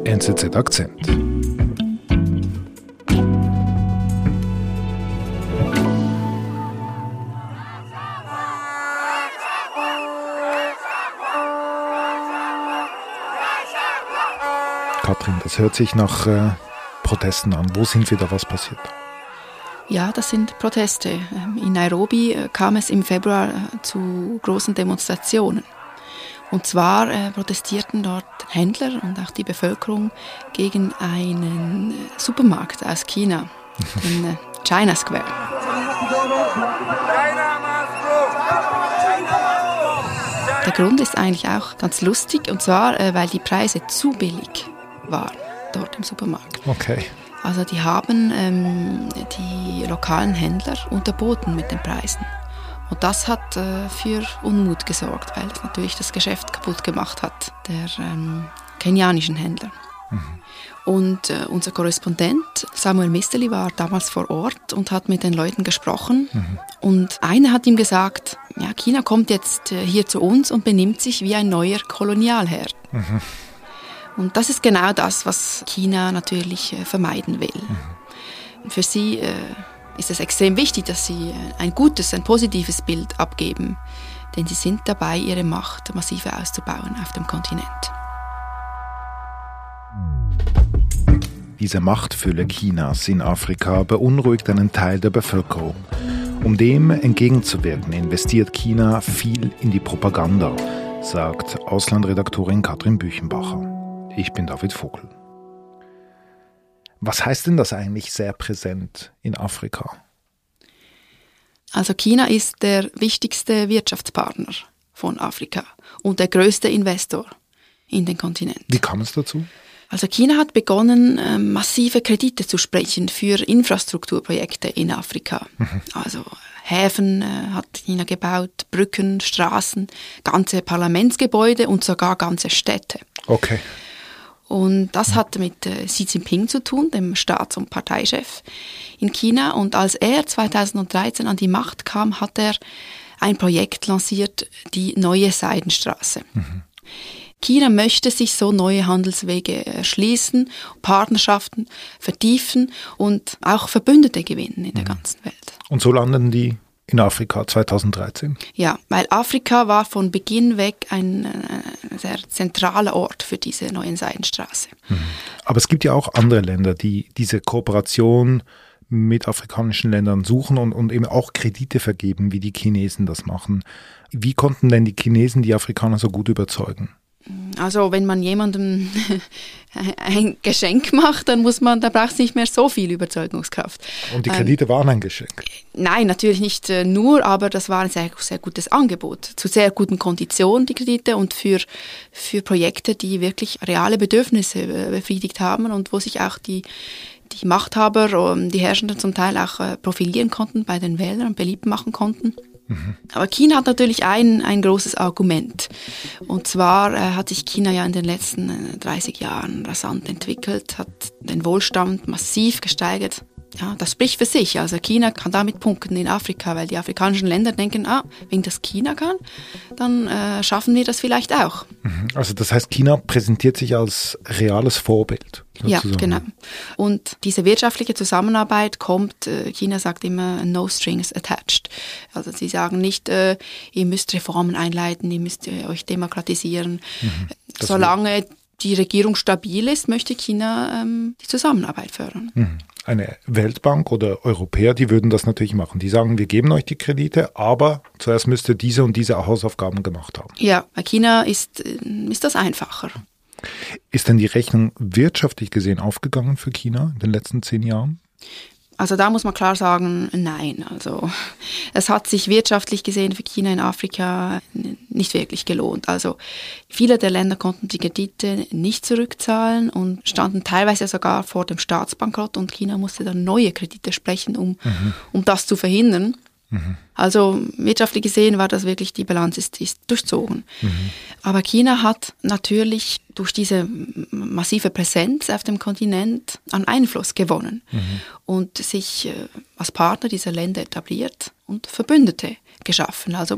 NZZ Akzent. Katrin, das hört sich nach Protesten an. Wo sind wir da? Was passiert? Ja, das sind Proteste. In Nairobi kam es im Februar zu großen Demonstrationen. Und zwar protestierten dort Händler und auch die Bevölkerung gegen einen Supermarkt aus China, den China Square. Der Grund ist eigentlich auch ganz lustig, und zwar, weil die Preise zu billig waren dort im Supermarkt. Okay. Also die haben die lokalen Händler unterboten mit den Preisen. Und das hat für Unmut gesorgt, weil es natürlich das Geschäft kaputt gemacht hat, der kenianischen Händler. Mhm. Und unser Korrespondent Samuel Misterli war damals vor Ort und hat mit den Leuten gesprochen. Mhm. Und einer hat ihm gesagt, ja, China kommt jetzt hier zu uns und benimmt sich wie ein neuer Kolonialherr. Mhm. Und das ist genau das, was China natürlich vermeiden will. Mhm. Für sie ist es extrem wichtig, dass sie ein gutes, ein positives Bild abgeben, denn sie sind dabei, ihre Macht massiv auszubauen auf dem Kontinent. Diese Machtfülle Chinas in Afrika beunruhigt einen Teil der Bevölkerung. Um dem entgegenzuwirken, investiert China viel in die Propaganda, sagt Auslandredaktorin Katrin Büchenbacher. Ich bin David Vogel. Was heißt denn das eigentlich sehr präsent in Afrika? Also China ist der wichtigste Wirtschaftspartner von Afrika und der größte Investor in den Kontinent. Wie kam es dazu? Also China hat begonnen, massive Kredite zu sprechen für Infrastrukturprojekte in Afrika. Mhm. Also Häfen hat China gebaut, Brücken, Straßen, ganze Parlamentsgebäude und sogar ganze Städte. Okay. Und das hat mit Xi Jinping zu tun, dem Staats- und Parteichef in China. Und als er 2013 an die Macht kam, hat er ein Projekt lanciert, die neue Seidenstraße. Mhm. China möchte sich so neue Handelswege erschließen, Partnerschaften vertiefen und auch Verbündete gewinnen in der ganzen Welt. Und so landen die in Afrika 2013? Ja, weil Afrika war von Beginn weg ein sehr zentraler Ort für diese neue Seidenstraße. Aber es gibt ja auch andere Länder, die diese Kooperation mit afrikanischen Ländern suchen und eben auch Kredite vergeben, wie die Chinesen das machen. Wie konnten denn die Chinesen die Afrikaner so gut überzeugen? Also wenn man jemandem ein Geschenk macht, dann braucht es nicht mehr so viel Überzeugungskraft. Und die Kredite waren ein Geschenk? Nein, natürlich nicht nur, aber das war ein sehr, sehr gutes Angebot. Zu sehr guten Konditionen, die Kredite, und für Projekte, die wirklich reale Bedürfnisse befriedigt haben und wo sich auch die Machthaber, die Herrschenden zum Teil auch profilieren konnten bei den Wählern und beliebt machen konnten. Mhm. Aber China hat natürlich ein großes Argument. Und zwar hat sich China ja in den letzten 30 Jahren rasant entwickelt, hat den Wohlstand massiv gesteigert. Ja, das spricht für sich. Also China kann damit punkten in Afrika, weil die afrikanischen Länder denken, wenn das China kann, dann schaffen wir das vielleicht auch. Also das heißt, China präsentiert sich als reales Vorbild. Sozusagen. Ja, genau. Und diese wirtschaftliche Zusammenarbeit China sagt immer, no strings attached. Also sie sagen nicht, ihr müsst Reformen einleiten, ihr müsst euch demokratisieren. Solange die Regierung stabil ist, möchte China die Zusammenarbeit fördern. Eine Weltbank oder Europäer, die würden das natürlich machen. Die sagen, wir geben euch die Kredite, aber zuerst müsst ihr diese und diese Hausaufgaben gemacht haben. Ja, bei China ist das einfacher. Ist denn die Rechnung wirtschaftlich gesehen aufgegangen für China in den letzten 10 Jahren? Also da muss man klar sagen, nein. Also es hat sich wirtschaftlich gesehen für China in Afrika nicht wirklich gelohnt. Also viele der Länder konnten die Kredite nicht zurückzahlen und standen teilweise sogar vor dem Staatsbankrott, und China musste dann neue Kredite sprechen, um das zu verhindern. Also wirtschaftlich gesehen war das wirklich, die Bilanz ist durchzogen. Aber China hat natürlich durch diese massive Präsenz auf dem Kontinent an Einfluss gewonnen und sich als Partner dieser Länder etabliert und Verbündete geschaffen. Also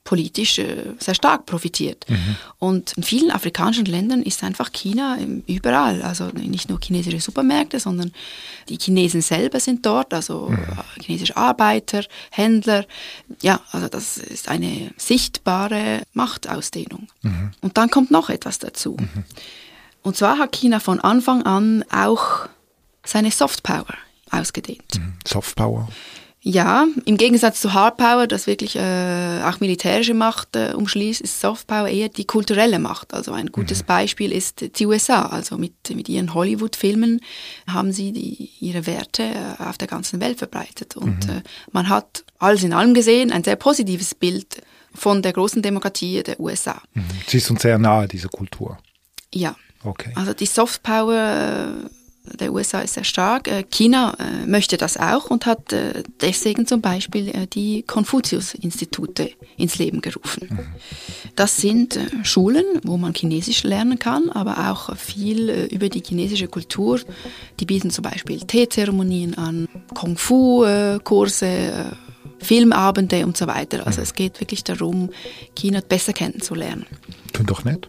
politisch sehr stark profitiert. Und in vielen afrikanischen Ländern ist einfach China überall. Also nicht nur chinesische Supermärkte, sondern die Chinesen selber sind dort, also chinesische Arbeiter, Händler. Ja, also das ist eine sichtbare Machtausdehnung. Und dann kommt noch etwas dazu. Und zwar hat China von Anfang an auch seine Softpower ausgedehnt. Softpower? Ja, im Gegensatz zu Hardpower, das wirklich auch militärische Macht umschließt, ist Softpower eher die kulturelle Macht. Also ein gutes Beispiel ist die USA. Also mit ihren Hollywood-Filmen haben sie ihre Werte auf der ganzen Welt verbreitet. Und man hat alles in allem gesehen ein sehr positives Bild von der großen Demokratie der USA. Sie ist uns sehr nahe, diese Kultur. Ja, okay. Also die Softpower der USA ist sehr stark. China möchte das auch und hat deswegen zum Beispiel die Konfuzius-Institute ins Leben gerufen. Das sind Schulen, wo man Chinesisch lernen kann, aber auch viel über die chinesische Kultur. Die bieten zum Beispiel Teezeremonien an, Kung-Fu-Kurse, Filmabende und so weiter. Also es geht wirklich darum, China besser kennenzulernen. Klingt doch nett.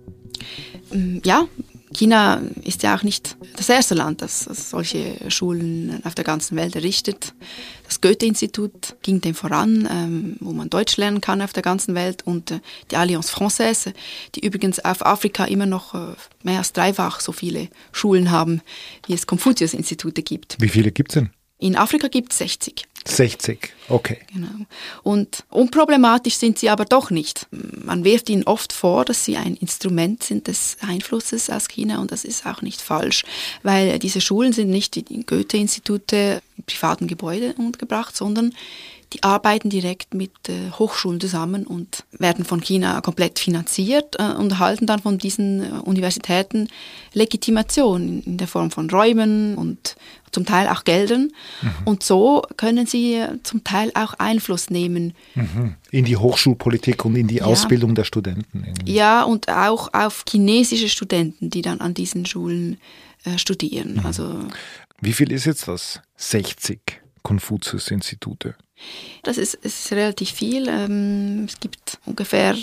Ja, China ist ja auch nicht das erste Land, das solche Schulen auf der ganzen Welt errichtet. Das Goethe-Institut ging dem voran, wo man Deutsch lernen kann auf der ganzen Welt. Und die Alliance Française, die übrigens auf Afrika immer noch mehr als dreifach so viele Schulen haben, wie es Konfuzius-Institute gibt. Wie viele gibt es denn? In Afrika gibt es 60. 60, okay. Genau. Und unproblematisch sind sie aber doch nicht. Man wirft ihnen oft vor, dass sie ein Instrument sind des Einflusses aus China und das ist auch nicht falsch, weil diese Schulen sind nicht die Goethe-Institute in privaten Gebäuden untergebracht, sondern die arbeiten direkt mit Hochschulen zusammen und werden von China komplett finanziert und erhalten dann von diesen Universitäten Legitimation in der Form von Räumen und zum Teil auch Geldern. Und so können sie zum Teil auch Einfluss nehmen. In die Hochschulpolitik und in die Ausbildung der Studenten. Irgendwie. Ja, und auch auf chinesische Studenten, die dann an diesen Schulen studieren. Also, wie viel ist jetzt das? 60 Konfuzius-Institute? Das ist relativ viel. Es gibt ungefähr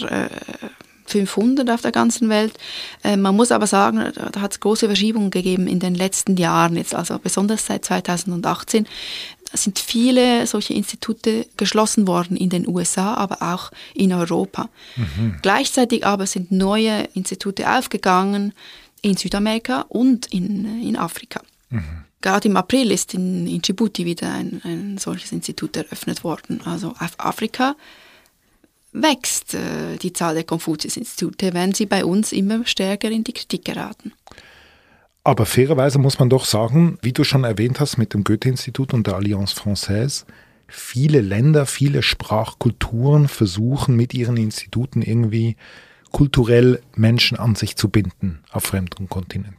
500 auf der ganzen Welt. Man muss aber sagen, da hat es große Verschiebungen gegeben in den letzten Jahren jetzt, also besonders seit 2018 sind viele solche Institute geschlossen worden in den USA, aber auch in Europa. Gleichzeitig aber sind neue Institute aufgegangen in Südamerika und in Afrika. Gerade im April ist in Djibouti wieder ein solches Institut eröffnet worden. Also auf Afrika wächst die Zahl der Konfuzius-Institute, während sie bei uns immer stärker in die Kritik geraten. Aber fairerweise muss man doch sagen, wie du schon erwähnt hast mit dem Goethe-Institut und der Alliance Française, viele Länder, viele Sprachkulturen versuchen mit ihren Instituten irgendwie kulturell Menschen an sich zu binden auf fremden Kontinenten.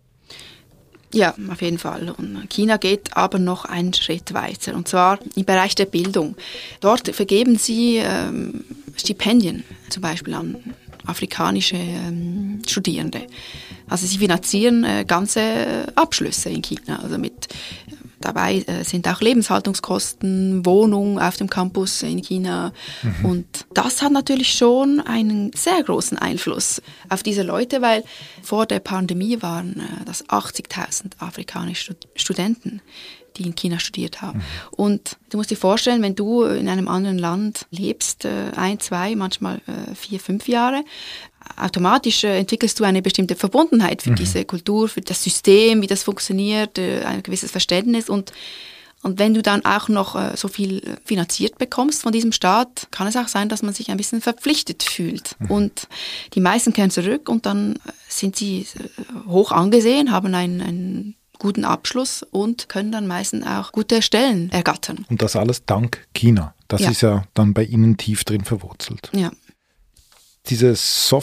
Ja, auf jeden Fall. Und China geht aber noch einen Schritt weiter, und zwar im Bereich der Bildung. Dort vergeben sie Stipendien, zum Beispiel an afrikanische Studierende. Also sie finanzieren ganze Abschlüsse in China. Also dabei sind auch Lebenshaltungskosten, Wohnung auf dem Campus in China. Und das hat natürlich schon einen sehr großen Einfluss auf diese Leute, weil vor der Pandemie waren das 80.000 afrikanische Studenten, die in China studiert haben. Und du musst dir vorstellen, wenn du in einem anderen Land lebst, 1, 2, manchmal 4, 5 Jahre, automatisch entwickelst du eine bestimmte Verbundenheit für diese Kultur, für das System, wie das funktioniert, ein gewisses Verständnis. Und wenn du dann auch noch so viel finanziert bekommst von diesem Staat, kann es auch sein, dass man sich ein bisschen verpflichtet fühlt. Und die meisten kehren zurück und dann sind sie hoch angesehen, haben einen guten Abschluss und können dann meistens auch gute Stellen ergattern. Und das alles dank China. Das ist ja dann bei ihnen tief drin verwurzelt. Ja. Diese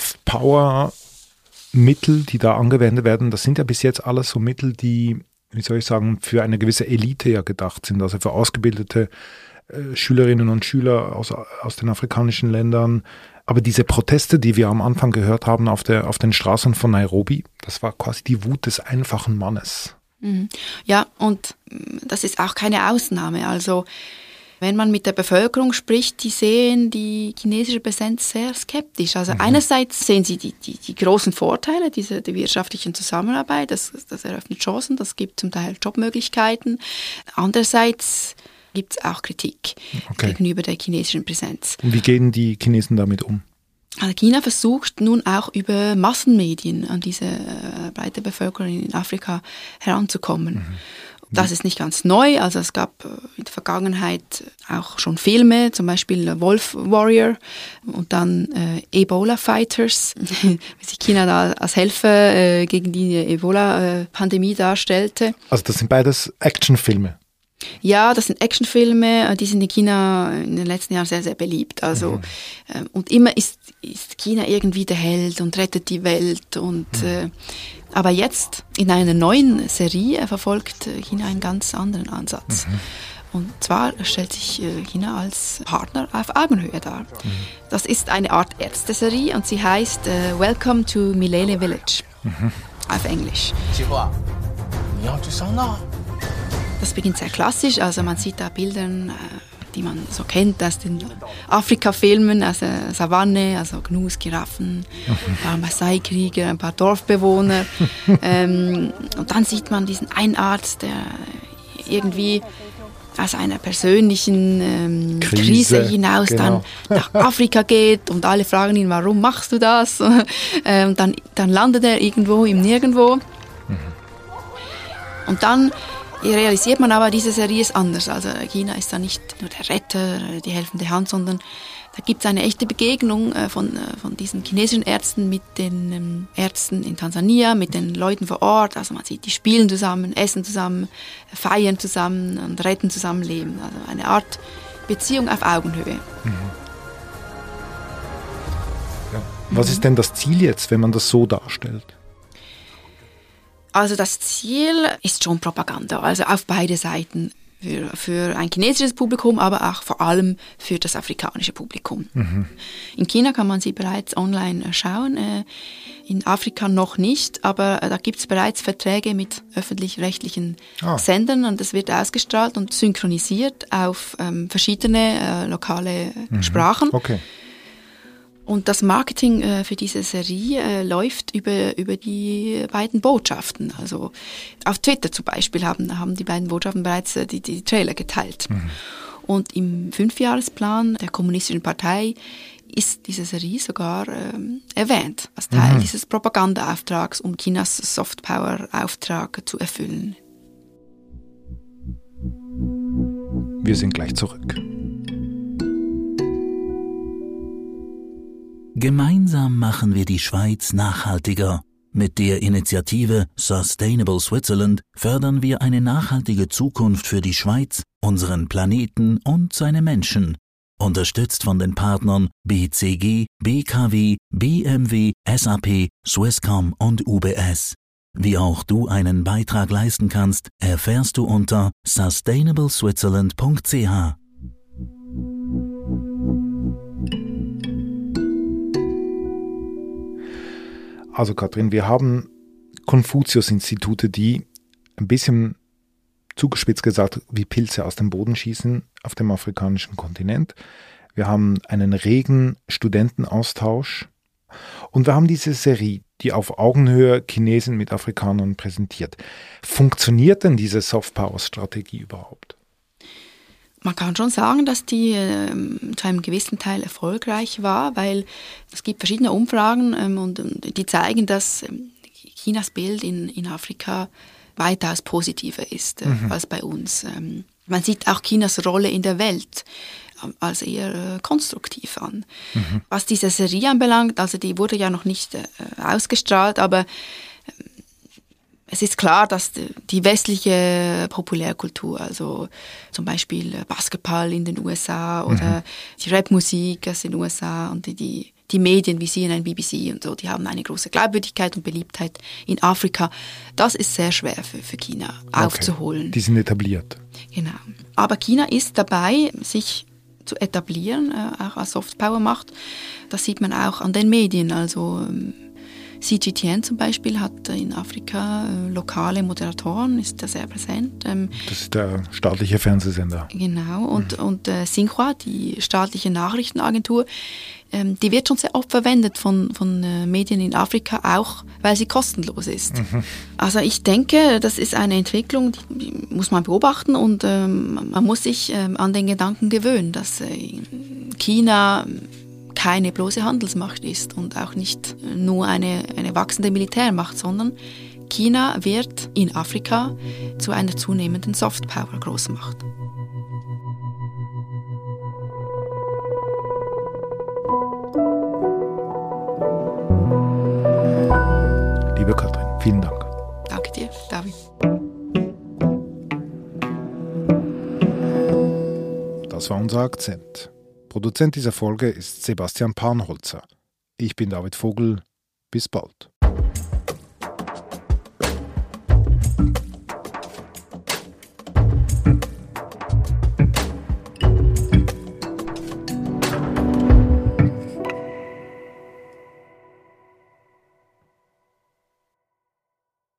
Soft-Power-Mittel, die da angewendet werden, das sind ja bis jetzt alles so Mittel, die, wie soll ich sagen, für eine gewisse Elite ja gedacht sind, also für ausgebildete Schülerinnen und Schüler aus den afrikanischen Ländern. Aber diese Proteste, die wir am Anfang gehört haben auf den Straßen von Nairobi, das war quasi die Wut des einfachen Mannes. Ja, und das ist auch keine Ausnahme. Also Wenn man mit der Bevölkerung spricht, die sehen die chinesische Präsenz sehr skeptisch. Also einerseits sehen sie die großen Vorteile dieser wirtschaftlichen Zusammenarbeit, das eröffnet Chancen, das gibt zum Teil Jobmöglichkeiten. Andererseits gibt es auch Kritik gegenüber der chinesischen Präsenz. Und wie gehen die Chinesen damit um? Also China versucht nun auch über Massenmedien an diese breite Bevölkerung in Afrika heranzukommen. Das ist nicht ganz neu, also es gab in der Vergangenheit auch schon Filme, zum Beispiel Wolf Warrior und dann Ebola Fighters, wie sich China da als Helfer gegen die Ebola-Pandemie darstellte. Also das sind beides Actionfilme? Ja, das sind Actionfilme, die sind in China in den letzten Jahren sehr, sehr beliebt. Also, und immer ist China irgendwie der Held und rettet die Welt. Und, aber jetzt in einer neuen Serie verfolgt China einen ganz anderen Ansatz. Und zwar stellt sich China als Partner auf Augenhöhe dar. Das ist eine Art Ärzte-Serie und sie heißt Welcome to Milele Village auf Englisch. Das beginnt sehr klassisch, also man sieht da Bilder, die man so kennt aus den Afrika-Filmen, aus der Savanne, also Gnus, Giraffen, ein paar Maasai-Krieger, ein paar Dorfbewohner. Und dann sieht man diesen einen Arzt, der irgendwie aus einer persönlichen Krise hinaus dann nach Afrika geht und alle fragen ihn, warum machst du das? Und dann landet er irgendwo im Nirgendwo. Und dann realisiert man aber, diese Serie ist anders. Also China ist da nicht nur der Retter, die helfende Hand, sondern da gibt es eine echte Begegnung von diesen chinesischen Ärzten mit den Ärzten in Tansania, mit den Leuten vor Ort. Also man sieht, die spielen zusammen, essen zusammen, feiern zusammen und retten zusammen Leben. Also eine Art Beziehung auf Augenhöhe. Ja. Was ist denn das Ziel jetzt, wenn man das so darstellt? Also das Ziel ist schon Propaganda, also auf beide Seiten. Für ein chinesisches Publikum, aber auch vor allem für das afrikanische Publikum. In China kann man sie bereits online schauen, in Afrika noch nicht, aber da gibt es bereits Verträge mit öffentlich-rechtlichen Sendern und das wird ausgestrahlt und synchronisiert auf verschiedene lokale Sprachen. Okay. Und das Marketing für diese Serie läuft über die beiden Botschaften. Also auf Twitter zum Beispiel haben die beiden Botschaften bereits die Trailer geteilt. Und im 5-Jahresplan der Kommunistischen Partei ist diese Serie sogar erwähnt als Teil dieses Propagandaauftrags, um Chinas Softpower-Auftrag zu erfüllen. Wir sind gleich zurück. Gemeinsam machen wir die Schweiz nachhaltiger. Mit der Initiative Sustainable Switzerland fördern wir eine nachhaltige Zukunft für die Schweiz, unseren Planeten und seine Menschen. Unterstützt von den Partnern BCG, BKW, BMW, SAP, Swisscom und UBS. Wie auch du einen Beitrag leisten kannst, erfährst du unter sustainableswitzerland.ch. Also Katrin, wir haben Konfuzius-Institute, die ein bisschen zugespitzt gesagt wie Pilze aus dem Boden schießen auf dem afrikanischen Kontinent. Wir haben einen regen Studentenaustausch und wir haben diese Serie, die auf Augenhöhe Chinesen mit Afrikanern präsentiert. Funktioniert denn diese Soft-Power-Strategie überhaupt? Man kann schon sagen, dass die zu einem gewissen Teil erfolgreich war, weil es gibt verschiedene Umfragen und die zeigen, dass Chinas Bild in Afrika weitaus positiver ist als bei uns. Man sieht auch Chinas Rolle in der Welt als eher konstruktiv an. Was diese Serie anbelangt, also die wurde ja noch nicht ausgestrahlt, aber es ist klar, dass die westliche Populärkultur, also zum Beispiel Basketball in den USA oder die Rapmusik aus den USA und die Medien wie CNN, BBC und so, die haben eine große Glaubwürdigkeit und Beliebtheit in Afrika. Das ist sehr schwer für China aufzuholen. Die sind etabliert. Genau. Aber China ist dabei, sich zu etablieren, auch als Softpower-Macht. Das sieht man auch an den Medien. Also CGTN zum Beispiel hat in Afrika lokale Moderatoren, ist da sehr präsent. Das ist der staatliche Fernsehsender. Genau, und Xinhua, die staatliche Nachrichtenagentur, die wird schon sehr oft verwendet von Medien in Afrika, auch weil sie kostenlos ist. Also ich denke, das ist eine Entwicklung, die muss man beobachten und man muss sich an den Gedanken gewöhnen, dass China keine bloße Handelsmacht ist und auch nicht nur eine wachsende Militärmacht, sondern China wird in Afrika zu einer zunehmenden Softpower-Großmacht. Liebe Katrin, vielen Dank. Danke dir, David. Das war unser Akzent. Produzent dieser Folge ist Sebastian Panholzer. Ich bin David Vogel. Bis bald.